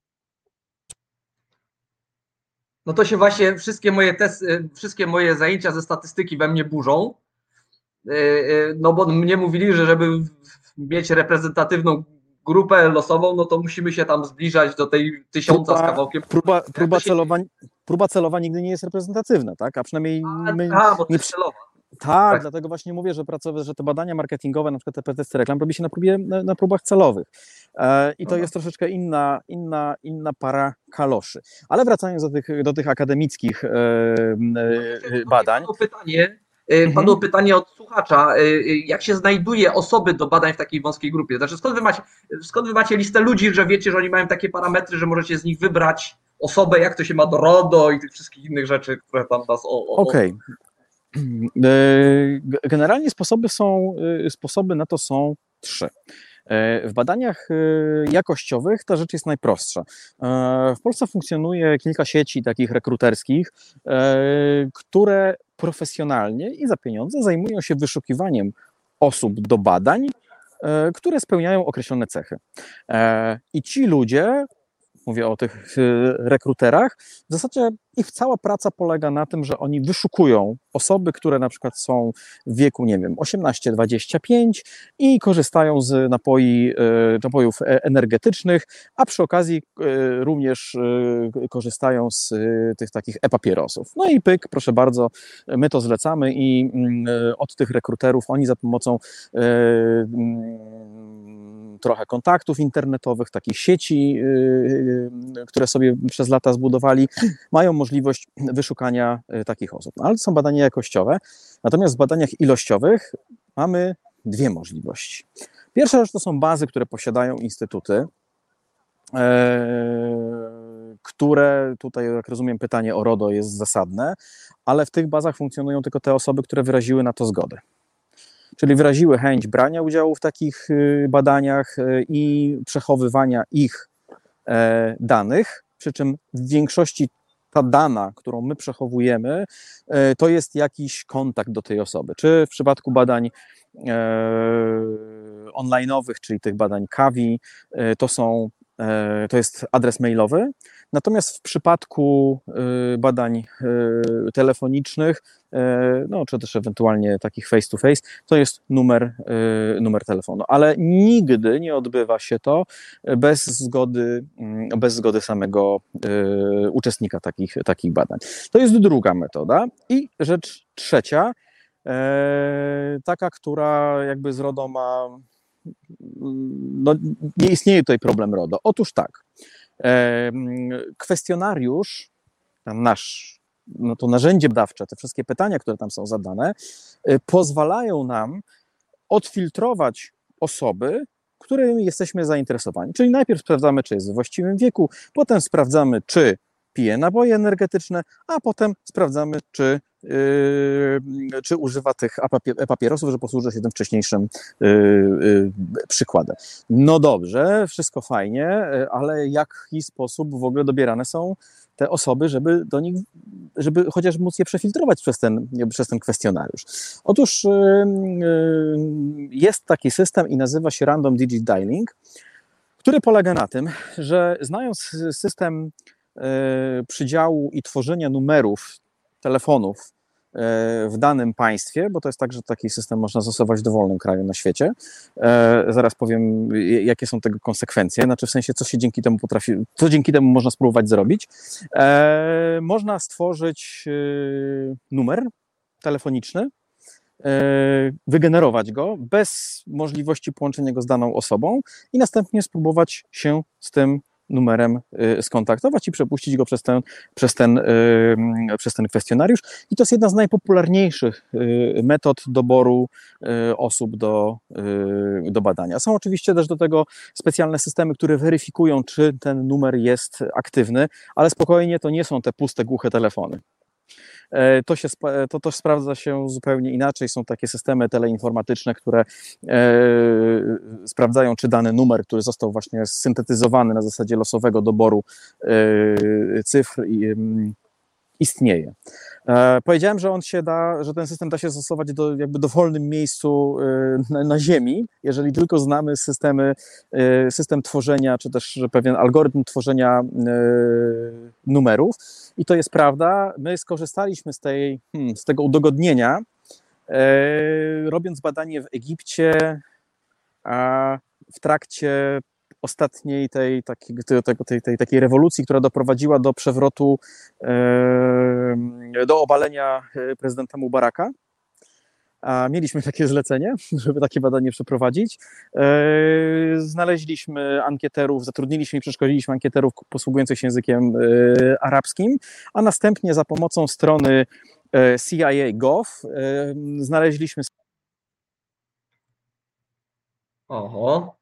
No to się właśnie wszystkie moje testy, wszystkie moje zajęcia ze statystyki we mnie burzą, no bo mnie mówili, że żeby mieć reprezentatywną grupę losową, no to musimy się tam zbliżać do tej tysiąca próba, z kawałkiem. Próba, próba, celowa, próba celowa nigdy nie jest reprezentatywna, tak? A przynajmniej my, a, bo to nie, jest celowa. Tak, Tak. Dlatego właśnie mówię, że pracowe, że te badania marketingowe, na przykład te testy reklam, robi się na, próbie, na, na próbach celowych. E, I to Aha. jest troszeczkę inna, inna, inna para kaloszy. Ale wracając do tych, do tych akademickich e, e, badań. Padło pytanie, padło Mhm. pytanie od słuchacza, jak się znajduje osoby do badań w takiej wąskiej grupie? Znaczy, skąd wy macie, skąd wy macie listę ludzi, że wiecie, że oni mają takie parametry, że możecie z nich wybrać osobę, jak to się ma do RODO i tych wszystkich innych rzeczy, które tam nas o... o Okej. Okay. Generalnie sposoby są, sposoby na to są trzy. W badaniach jakościowych ta rzecz jest najprostsza. W Polsce funkcjonuje kilka sieci takich rekruterskich, które profesjonalnie i za pieniądze zajmują się wyszukiwaniem osób do badań, które spełniają określone cechy. I ci ludzie, mówię o tych rekruterach, w zasadzie ich cała praca polega na tym, że oni wyszukują osoby, które na przykład są w wieku, nie wiem, osiemnaście dwadzieścia pięć i korzystają z napoi, napojów energetycznych, a przy okazji również korzystają z tych takich e-papierosów. No i pyk, proszę bardzo, my to zlecamy i od tych rekruterów oni za pomocą trochę kontaktów internetowych, takich sieci, które sobie przez lata zbudowali, mają możliwość wyszukania takich osób. No, ale to są badania jakościowe. Natomiast w badaniach ilościowych mamy dwie możliwości. Pierwsza rzecz to są bazy, które posiadają instytuty, które, tutaj jak rozumiem pytanie o RODO jest zasadne, ale w tych bazach funkcjonują tylko te osoby, które wyraziły na to zgodę. Czyli wyraziły chęć brania udziału w takich badaniach i przechowywania ich danych, przy czym w większości ta dana, którą my przechowujemy, to jest jakiś kontakt do tej osoby. Czy w przypadku badań online'owych, czyli tych badań Kavi, to są to jest adres mailowy, natomiast w przypadku badań telefonicznych, no, czy też ewentualnie takich face to face, to jest numer, numer telefonu, ale nigdy nie odbywa się to bez zgody, bez zgody samego uczestnika takich, takich badań. To jest druga metoda. I rzecz trzecia, taka, która jakby z RODO ma, no, nie istnieje tutaj problem RODO. Otóż tak, kwestionariusz, nasz, no to narzędzie badawcze, te wszystkie pytania, które tam są zadane, pozwalają nam odfiltrować osoby, którymi jesteśmy zainteresowani. Czyli najpierw sprawdzamy, czy jest we właściwym wieku, potem sprawdzamy, czy pije napoje energetyczne, a potem sprawdzamy, czy, yy, czy używa tych papierosów, że posłużę się tym wcześniejszym yy, yy, przykładem. No dobrze, wszystko fajnie, ale w jaki sposób w ogóle dobierane są te osoby, żeby do nich, żeby chociaż móc je przefiltrować przez ten, przez ten kwestionariusz. Otóż jest taki system i nazywa się Random Digit Dialing, który polega na tym, że znając system przydziału i tworzenia numerów telefonów w danym państwie, bo to jest tak, że taki system można zastosować w dowolnym kraju na świecie. Zaraz powiem, jakie są tego konsekwencje, znaczy w sensie, co się dzięki temu potrafi, co dzięki temu można spróbować zrobić. Można stworzyć numer telefoniczny, wygenerować go bez możliwości połączenia go z daną osobą i następnie spróbować się z tym numerem skontaktować i przepuścić go przez ten, przez ten, przez ten kwestionariusz. I to jest jedna z najpopularniejszych metod doboru osób do, do badania. Są oczywiście też do tego specjalne systemy, które weryfikują, czy ten numer jest aktywny, ale spokojnie, to nie są te puste, głuche telefony. To, się, to też sprawdza się zupełnie inaczej. Są takie systemy teleinformatyczne, które e, sprawdzają, czy dany numer, który został właśnie syntetyzowany na zasadzie losowego doboru e, cyfr i, istnieje. E, powiedziałem, że on się da, że ten system da się zastosować do, jakby dowolnym miejscu e, na, na Ziemi, jeżeli tylko znamy systemy, e, system tworzenia, czy też że pewien algorytm tworzenia e, numerów. I to jest prawda. My skorzystaliśmy z, tej, hmm, z tego udogodnienia, e, robiąc badanie w Egipcie, a w trakcie ostatniej tej, takiej, tej, tej, takiej rewolucji, która doprowadziła do przewrotu, do obalenia prezydenta Mubaraka. A mieliśmy takie zlecenie, żeby takie badanie przeprowadzić. Znaleźliśmy ankieterów, zatrudniliśmy i przeszkoliliśmy ankieterów posługujących się językiem arabskim, a następnie za pomocą strony C I A kropka gov znaleźliśmy... Oho.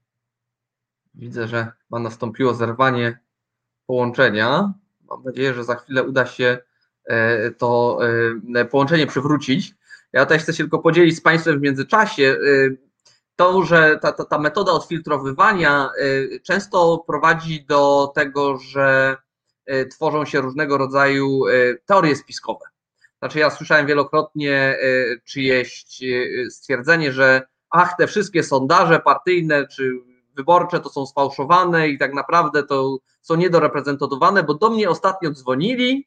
Widzę, że ma nastąpiło zerwanie połączenia. Mam nadzieję, że za chwilę uda się to połączenie przywrócić. Ja też chcę się tylko podzielić z Państwem w międzyczasie to, że ta, ta, ta metoda odfiltrowywania często prowadzi do tego, że tworzą się różnego rodzaju teorie spiskowe. Znaczy ja słyszałem wielokrotnie czyjeś stwierdzenie, że ach, te wszystkie sondaże partyjne czy wyborcze to są sfałszowane i tak naprawdę to są niedoreprezentowane, bo do mnie ostatnio dzwonili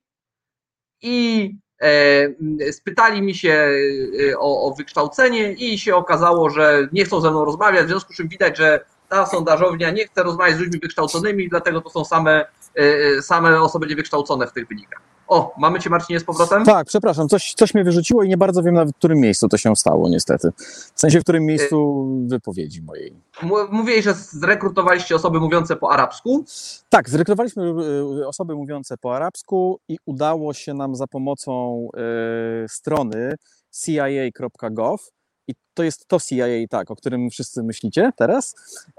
i e, spytali mi się o, o wykształcenie i się okazało, że nie chcą ze mną rozmawiać, w związku z czym widać, że ta sondażownia nie chce rozmawiać z ludźmi wykształconymi, dlatego to są same, e, same osoby niewykształcone w tych wynikach. O, mamy Cię, Marcinie, z powrotem? Tak, przepraszam, coś, coś mnie wyrzuciło i nie bardzo wiem nawet, w którym miejscu to się stało, niestety. W sensie, w którym miejscu wypowiedzi mojej. Mówiłeś, że zrekrutowaliście osoby mówiące po arabsku? Tak, zrekrutowaliśmy osoby mówiące po arabsku i udało się nam za pomocą y, strony C I A kropka gov, i to jest to C I A, tak, o którym wszyscy myślicie teraz,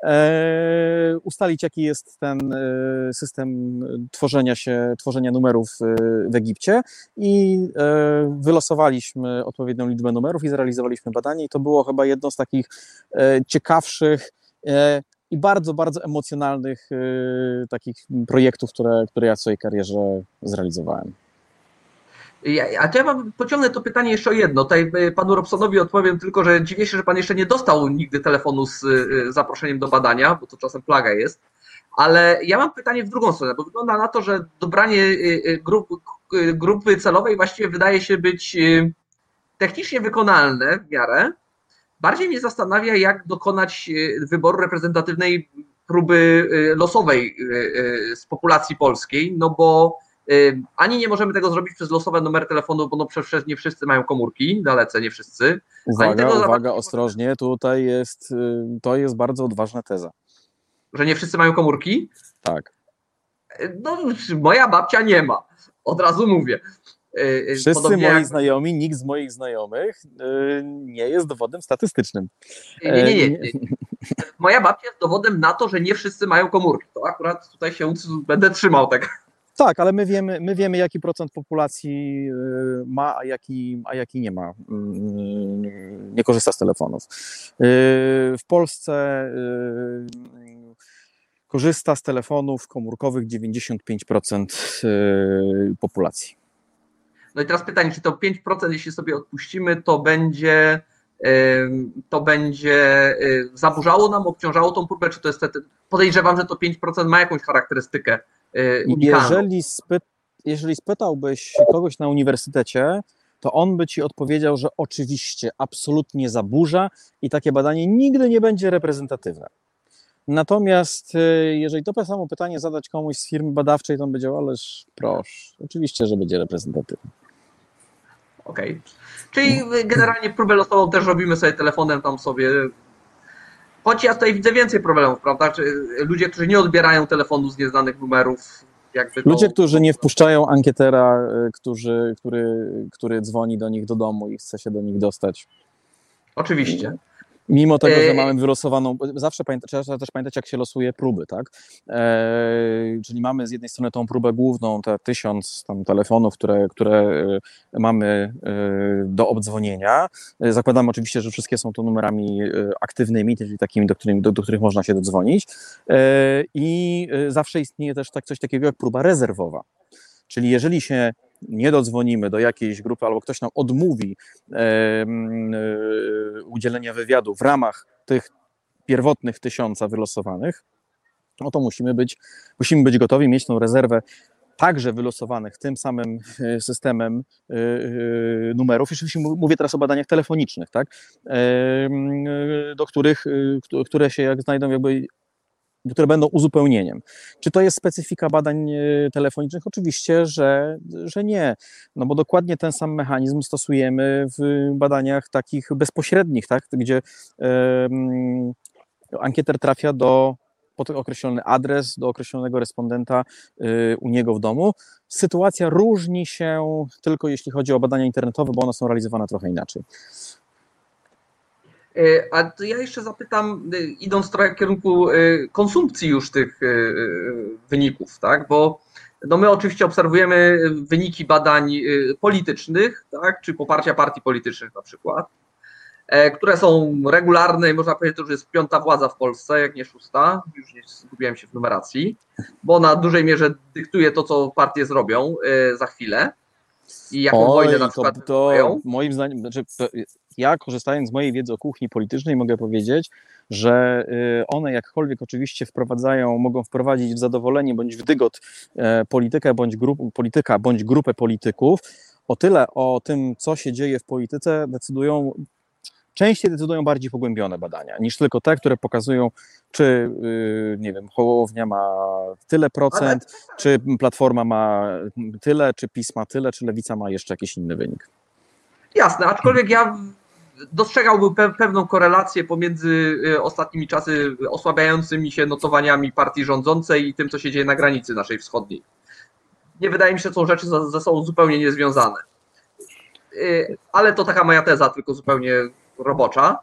e, ustalić, jaki jest ten e, system tworzenia się, tworzenia numerów w Egipcie i e, wylosowaliśmy odpowiednią liczbę numerów i zrealizowaliśmy badanie i to było chyba jedno z takich e, ciekawszych e, i bardzo, bardzo emocjonalnych e, takich projektów, które, które ja w swojej karierze zrealizowałem. Ja, a to ja wam pociągnę to pytanie jeszcze o jedno. Tutaj panu Robsonowi odpowiem tylko, że dziwię się, że pan jeszcze nie dostał nigdy telefonu z zaproszeniem do badania, bo to czasem plaga jest. Ale ja mam pytanie w drugą stronę, bo wygląda na to, że dobranie grupy, grupy celowej właściwie wydaje się być technicznie wykonalne w miarę. Bardziej mnie zastanawia, jak dokonać wyboru reprezentatywnej próby losowej z populacji polskiej, no bo ani nie możemy tego zrobić przez losowe numery telefonu, bo no przecież nie wszyscy mają komórki, dalece nie wszyscy. Uwaga, tego uwaga, ostrożnie, tutaj jest, to jest bardzo odważna teza. Że nie wszyscy mają komórki? Tak. No, moja babcia nie ma, od razu mówię. Wszyscy Podobnie moi jak... znajomi, nikt z moich znajomych nie jest dowodem statystycznym. Nie, nie, nie, nie. Moja babcia jest dowodem na to, że nie wszyscy mają komórki. To akurat tutaj się będę trzymał tego. Tak, ale my wiemy, my wiemy, jaki procent populacji ma, a jaki, a jaki nie ma, nie korzysta z telefonów. W Polsce korzysta z telefonów komórkowych dziewięćdziesiąt pięć procent populacji. No i teraz pytanie, czy to pięć procent, jeśli sobie odpuścimy, to będzie, to będzie zaburzało nam, obciążało tą próbę, czy to jest, podejrzewam, że to pięć procent ma jakąś charakterystykę unikalną. Jeżeli, spy, jeżeli spytałbyś kogoś na uniwersytecie, to on by ci odpowiedział, że oczywiście absolutnie zaburza i takie badanie nigdy nie będzie reprezentatywne. Natomiast jeżeli to samo pytanie zadać komuś z firmy badawczej, to on będzie, ależ proszę, oczywiście, że będzie reprezentatywny. Okej. Okay. Czyli generalnie próbę losową też robimy sobie telefonem tam sobie. Choć ja tutaj widzę więcej problemów, prawda? Czy ludzie, którzy nie odbierają telefonu z nieznanych numerów. Jakby to... Ludzie, którzy nie wpuszczają ankietera, którzy, który, który dzwoni do nich do domu i chce się do nich dostać. Oczywiście. Mimo tego, że mamy wylosowaną, zawsze pamięta, trzeba też pamiętać, jak się losuje próby, tak? E, czyli mamy z jednej strony tą próbę główną, te tysiąc tam telefonów, które, które mamy do obdzwonienia. Zakładamy oczywiście, że wszystkie są to numerami aktywnymi, czyli takimi, do, których, do, do których można się dodzwonić. E, I zawsze istnieje też tak, coś takiego jak próba rezerwowa. Czyli jeżeli się nie dodzwonimy do jakiejś grupy albo ktoś nam odmówi e, e, udzielenia wywiadu w ramach tych pierwotnych tysiąca wylosowanych, no to musimy być, musimy być gotowi mieć tą rezerwę także wylosowanych tym samym systemem e, e, numerów. Oczywiście mówię teraz o badaniach telefonicznych, tak? E, do których, które się jak znajdą jakby które będą uzupełnieniem. Czy to jest specyfika badań telefonicznych? Oczywiście, że, że nie, no bo dokładnie ten sam mechanizm stosujemy w badaniach takich bezpośrednich, tak, gdzie um, ankieter trafia do pod określony adres, do określonego respondenta y, u niego w domu. Sytuacja różni się tylko jeśli chodzi o badania internetowe, bo one są realizowane trochę inaczej. A to ja jeszcze zapytam, idąc trochę w kierunku konsumpcji już tych wyników, tak? Bo no my oczywiście obserwujemy wyniki badań politycznych, tak? Czy poparcia partii politycznych na przykład, które są regularne i można powiedzieć, że to już jest piąta władza w Polsce, jak nie szósta, już nie zgubiłem się w numeracji, bo ona w dużej mierze dyktuje to, co partie zrobią za chwilę i jaką Oj, wojnę na przykład to, to moim zdaniem, znaczy, ja korzystając z mojej wiedzy o kuchni politycznej mogę powiedzieć, że one jakkolwiek oczywiście wprowadzają, mogą wprowadzić w zadowolenie bądź w dygot politykę bądź grup, polityka bądź grupę polityków, o tyle o tym, co się dzieje w polityce decydują, częściej decydują bardziej pogłębione badania, niż tylko te, które pokazują, czy nie wiem, Hołownia ma tyle procent, ale... czy Platforma ma tyle, czy PiS ma tyle, czy Lewica ma jeszcze jakiś inny wynik. Jasne, aczkolwiek ja dostrzegałbym pewną korelację pomiędzy ostatnimi czasy osłabiającymi się notowaniami partii rządzącej i tym, co się dzieje na granicy naszej wschodniej. Nie wydaje mi się, że są rzeczy ze sobą zupełnie niezwiązane. Ale to taka moja teza, tylko zupełnie robocza.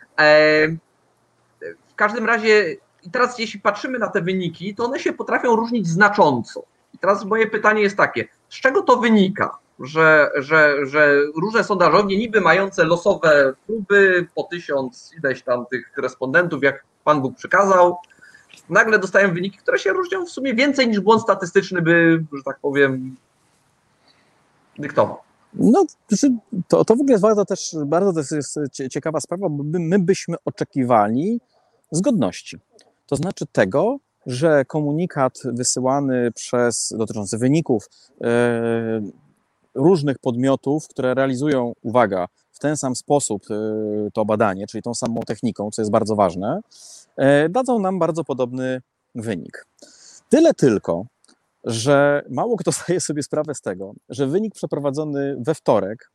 W każdym razie, i teraz jeśli patrzymy na te wyniki, to one się potrafią różnić znacząco. I teraz moje pytanie jest takie, z czego to wynika? Że, że, że różne sondażownie niby mające losowe próby po tysiąc ileś tam tych respondentów, jak Pan Bóg przykazał, nagle dostają wyniki, które się różnią w sumie więcej niż błąd statystyczny by, że tak powiem, dyktował. No, to, to w ogóle jest bardzo też, bardzo to jest ciekawa sprawa, bo my byśmy oczekiwali zgodności. To znaczy tego, że komunikat wysyłany przez, dotyczący wyników yy, różnych podmiotów, które realizują, uwaga, w ten sam sposób to badanie, czyli tą samą techniką, co jest bardzo ważne, dadzą nam bardzo podobny wynik. Tyle tylko, że mało kto zdaje sobie sprawę z tego, że wynik przeprowadzony we wtorek,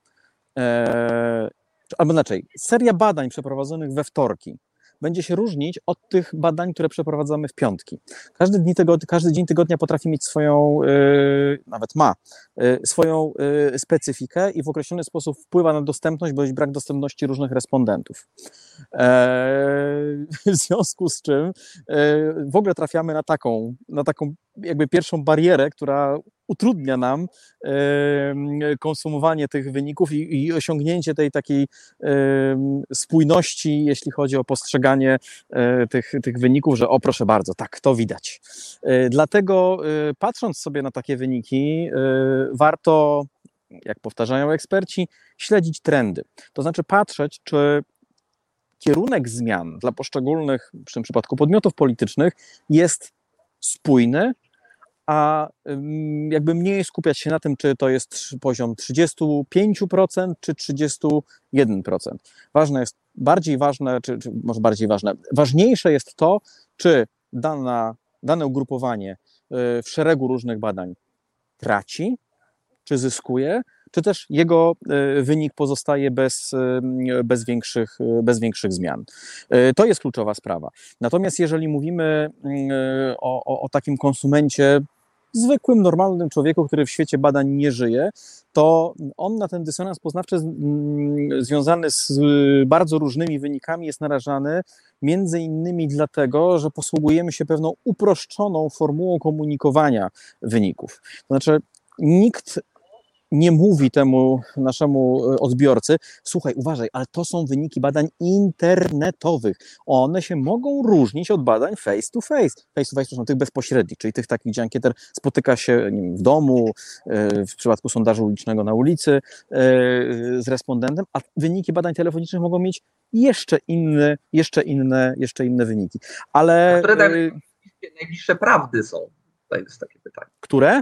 albo inaczej, seria badań przeprowadzonych we wtorki będzie się różnić od tych badań, które przeprowadzamy w piątki. Każdy, dni tygodnia, każdy dzień tygodnia potrafi mieć swoją, yy, nawet ma, yy, swoją yy, specyfikę i w określony sposób wpływa na dostępność bądź brak dostępności różnych respondentów. Eee, w związku z czym yy, w ogóle trafiamy na taką, na taką jakby pierwszą barierę, która utrudnia nam konsumowanie tych wyników i, i osiągnięcie tej takiej spójności, jeśli chodzi o postrzeganie tych, tych wyników, że o proszę bardzo, tak, to widać. Dlatego patrząc sobie na takie wyniki, warto, jak powtarzają eksperci, śledzić trendy. To znaczy patrzeć, czy kierunek zmian dla poszczególnych, w tym przypadku podmiotów politycznych, jest spójny, a jakby mniej skupiać się na tym, czy to jest poziom trzydzieści pięć procent czy trzydzieści jeden procent. Ważne jest, bardziej ważne, czy, czy może bardziej ważne, ważniejsze jest to, czy dana, dane ugrupowanie w szeregu różnych badań traci, czy zyskuje, czy też jego wynik pozostaje bez, bez, większych, bez większych zmian. To jest kluczowa sprawa. Natomiast jeżeli mówimy o, o, o takim konsumencie, zwykłym, normalnym człowieku, który w świecie badań nie żyje, to on na ten dysonans poznawczy związany z bardzo różnymi wynikami jest narażany między innymi dlatego, że posługujemy się pewną uproszczoną formułą komunikowania wyników. To znaczy nikt nie mówi temu naszemu odbiorcy, słuchaj, uważaj, ale to są wyniki badań internetowych. One się mogą różnić od badań face to face. Face to face to są tych bezpośrednich, czyli tych takich, gdzie ankieter spotyka się nie wiem, w domu, w przypadku sondażu ulicznego na ulicy z respondentem, a wyniki badań telefonicznych mogą mieć jeszcze inne, jeszcze inne, jeszcze inne wyniki. Ale... A które najbliższe prawdy są? To jest takie pytanie. Które?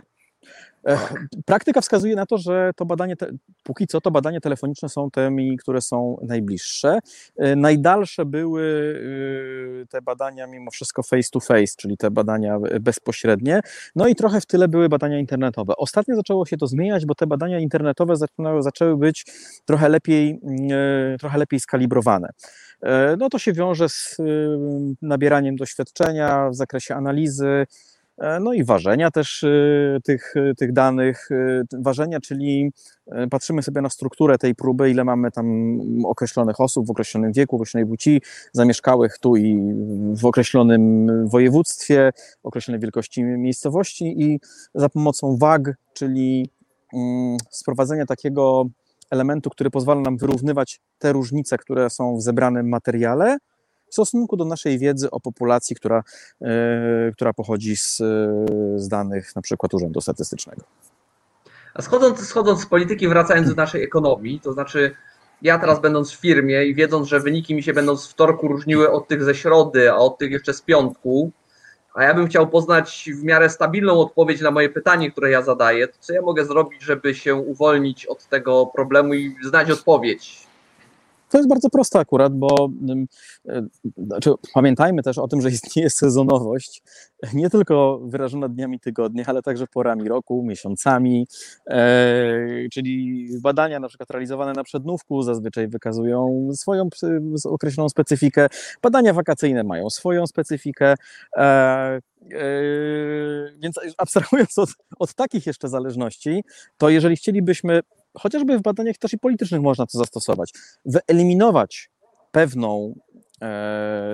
Praktyka wskazuje na to, że to badanie, te, póki co to badania telefoniczne są tymi, które są najbliższe. Najdalsze były te badania mimo wszystko face to face, czyli te badania bezpośrednie. No i trochę w tyle były badania internetowe. Ostatnio zaczęło się to zmieniać, bo te badania internetowe zaczęły, zaczęły być trochę lepiej, trochę lepiej skalibrowane. No to się wiąże z nabieraniem doświadczenia w zakresie analizy, no i ważenia też tych, tych danych, ważenia, czyli patrzymy sobie na strukturę tej próby, ile mamy tam określonych osób w określonym wieku, w określonej płci, zamieszkałych tu i w określonym województwie, określonej wielkości miejscowości i za pomocą wag, czyli sprowadzenia takiego elementu, który pozwala nam wyrównywać te różnice, które są w zebranym materiale, w stosunku do naszej wiedzy o populacji, która, yy, która pochodzi z, z danych na przykład Urzędu Statystycznego. A schodząc, schodząc z polityki, wracając do naszej ekonomii, to znaczy ja teraz będąc w firmie i wiedząc, że wyniki mi się będą z wtorku różniły od tych ze środy, a od tych jeszcze z piątku, a ja bym chciał poznać w miarę stabilną odpowiedź na moje pytanie, które ja zadaję, to co ja mogę zrobić, żeby się uwolnić od tego problemu i znać odpowiedź? To jest bardzo proste akurat, bo znaczy, pamiętajmy też o tym, że istnieje sezonowość, nie tylko wyrażona dniami tygodnia, ale także porami roku, miesiącami, e, czyli badania na przykład realizowane na przednówku zazwyczaj wykazują swoją określoną specyfikę, badania wakacyjne mają swoją specyfikę, e, e, więc abstrahując od, od takich jeszcze zależności, to jeżeli chcielibyśmy chociażby w badaniach też i politycznych można to zastosować, wyeliminować pewną, e,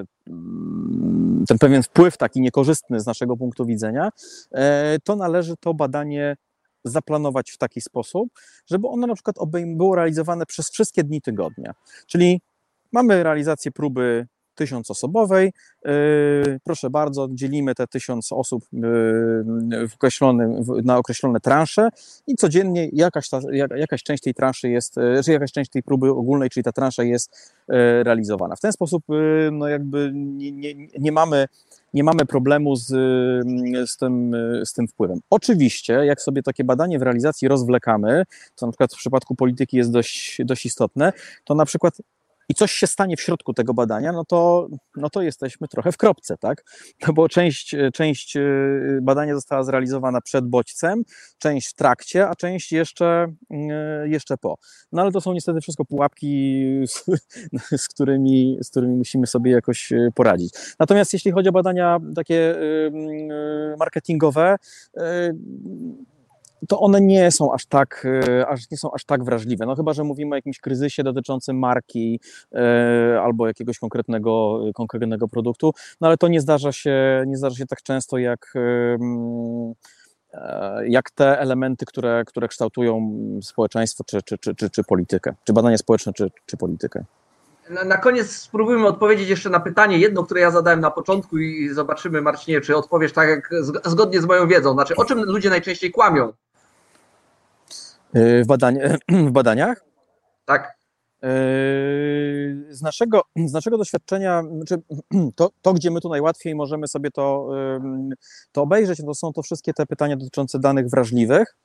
ten pewien wpływ taki niekorzystny z naszego punktu widzenia, e, to należy to badanie zaplanować w taki sposób, żeby ono na przykład obejm- było realizowane przez wszystkie dni tygodnia. Czyli mamy realizację próby tysiącosobowej, proszę bardzo, dzielimy te tysiąc osób w określonym, na określone transze i codziennie jakaś, ta, jakaś część tej transzy jest, czy jakaś część tej próby ogólnej, czyli ta transza jest realizowana. W ten sposób no jakby nie, nie, nie mamy nie mamy problemu z, z, tym, z tym wpływem. Oczywiście, jak sobie takie badanie w realizacji rozwlekamy, co na przykład w przypadku polityki jest dość, dość istotne, to na przykład i coś się stanie w środku tego badania, no to, no to jesteśmy trochę w kropce, tak? No bo część, część badania została zrealizowana przed bodźcem, część w trakcie, a część jeszcze, jeszcze po. No ale to są niestety wszystko pułapki, z, z, którymi, z którymi musimy sobie jakoś poradzić. Natomiast jeśli chodzi o badania takie marketingowe, to one nie są aż tak, aż nie są aż tak wrażliwe. No chyba że mówimy o jakimś kryzysie dotyczącym marki e, albo jakiegoś konkretnego, konkretnego produktu, no ale to nie zdarza się, nie zdarza się tak często jak, jak te elementy, które, które kształtują społeczeństwo czy, czy, czy, czy, czy politykę, czy badania społeczne, czy, czy politykę. Na, na koniec spróbujmy odpowiedzieć jeszcze na pytanie jedno, które ja zadałem na początku i zobaczymy, Marcinie, czy odpowiesz tak jak zgodnie z moją wiedzą. Znaczy, o czym ludzie najczęściej kłamią? W, badani- w badaniach? Tak. Z naszego, z naszego doświadczenia, znaczy to, to, gdzie my tu najłatwiej możemy sobie to, to obejrzeć, to są to wszystkie te pytania dotyczące danych wrażliwych.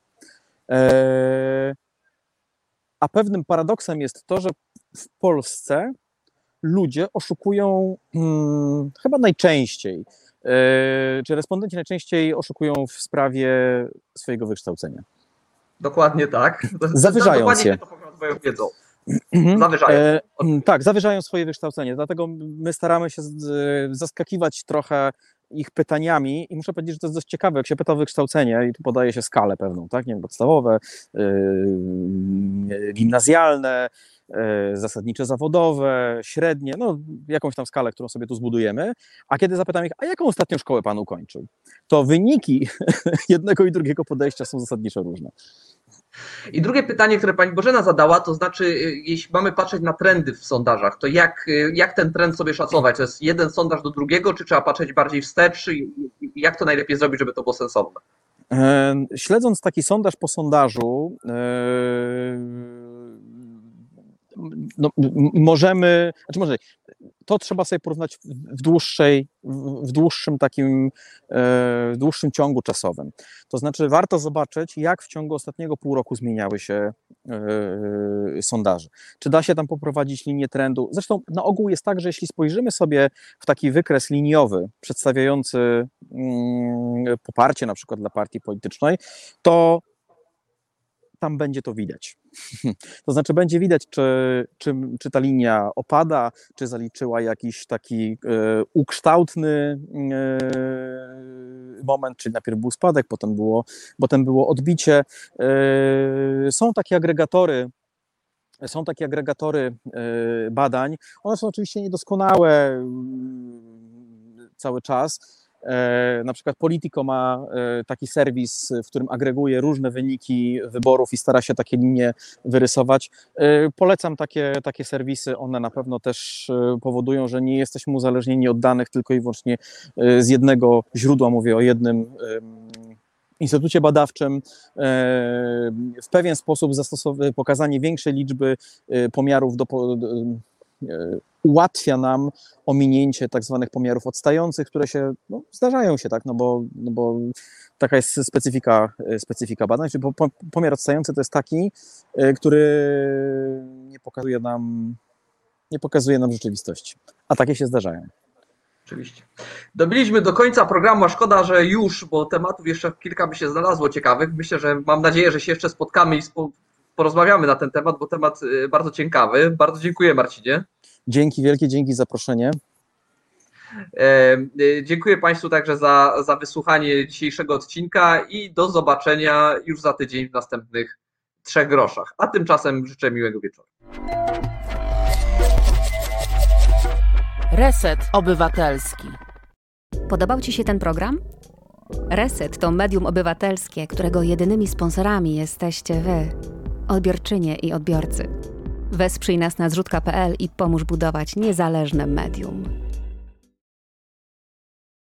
A pewnym paradoksem jest to, że w Polsce ludzie oszukują hmm, chyba najczęściej, czy respondenci najczęściej oszukują w sprawie swojego wykształcenia. Dokładnie tak. Zawyżając Dokładnie je. to powiem swoją wiedzą. Zawyżają. E, tak, zawyżają swoje wykształcenie, dlatego my staramy się z, zaskakiwać trochę ich pytaniami i muszę powiedzieć, że to jest dość ciekawe, jak się pyta o wykształcenie i tu podaje się skalę pewną, tak, nie wiem, podstawowe, yy, gimnazjalne, yy, zasadnicze zawodowe, średnie, no jakąś tam skalę, którą sobie tu zbudujemy, a kiedy zapytam ich, a jaką ostatnią szkołę pan ukończył, to wyniki jednego i drugiego podejścia są zasadniczo różne. I drugie pytanie, które pani Bożena zadała, to znaczy, jeśli mamy patrzeć na trendy w sondażach, to jak, jak ten trend sobie szacować? To jest jeden sondaż do drugiego, czy trzeba patrzeć bardziej wstecz? Jak to najlepiej zrobić, żeby to było sensowne? Śledząc taki sondaż po sondażu, no, możemy, znaczy może, to trzeba sobie porównać w dłuższej, w dłuższym takim, w dłuższym ciągu czasowym. To znaczy warto zobaczyć, jak w ciągu ostatniego pół roku zmieniały się sondaże. Czy da się tam poprowadzić linię trendu? Zresztą na ogół jest tak, że jeśli spojrzymy sobie w taki wykres liniowy przedstawiający poparcie na przykład dla partii politycznej, to tam będzie to widać. To znaczy będzie widać, czy, czy, czy ta linia opada, czy zaliczyła jakiś taki e, ukształtny e, moment, czyli najpierw był spadek, potem było, potem było odbicie. E, są takie agregatory, są takie agregatory e, badań. One są oczywiście niedoskonałe cały czas. Na przykład Politico ma taki serwis, w którym agreguje różne wyniki wyborów i stara się takie linie wyrysować. Polecam takie, takie serwisy, one na pewno też powodują, że nie jesteśmy uzależnieni od danych tylko i wyłącznie z jednego źródła, mówię o jednym instytucie badawczym. W pewien sposób zastosow- pokazanie większej liczby pomiarów do, do ułatwia nam ominięcie tak zwanych pomiarów odstających, które się no, zdarzają się, tak, no bo, no bo taka jest specyfika, specyfika badań, czyli pomiar odstający to jest taki, który nie pokazuje nam, nie pokazuje nam rzeczywistości, a takie się zdarzają. Oczywiście. Dobiliśmy do końca programu, a szkoda, że już, bo tematów jeszcze kilka by się znalazło ciekawych. Myślę, że mam nadzieję, że się jeszcze spotkamy i spo, porozmawiamy na ten temat, bo temat bardzo ciekawy. Bardzo dziękuję, Marcinie. Dzięki wielkie, dzięki za zaproszenie. E, dziękuję Państwu także za, za wysłuchanie dzisiejszego odcinka i do zobaczenia już za tydzień w następnych trzech groszach. A tymczasem życzę miłego wieczoru. Reset Obywatelski. Podobał Ci się ten program? Reset to medium obywatelskie, którego jedynymi sponsorami jesteście Wy, odbiorczynie i odbiorcy. Wesprzyj nas na zrzutka kropka pe el i pomóż budować niezależne medium.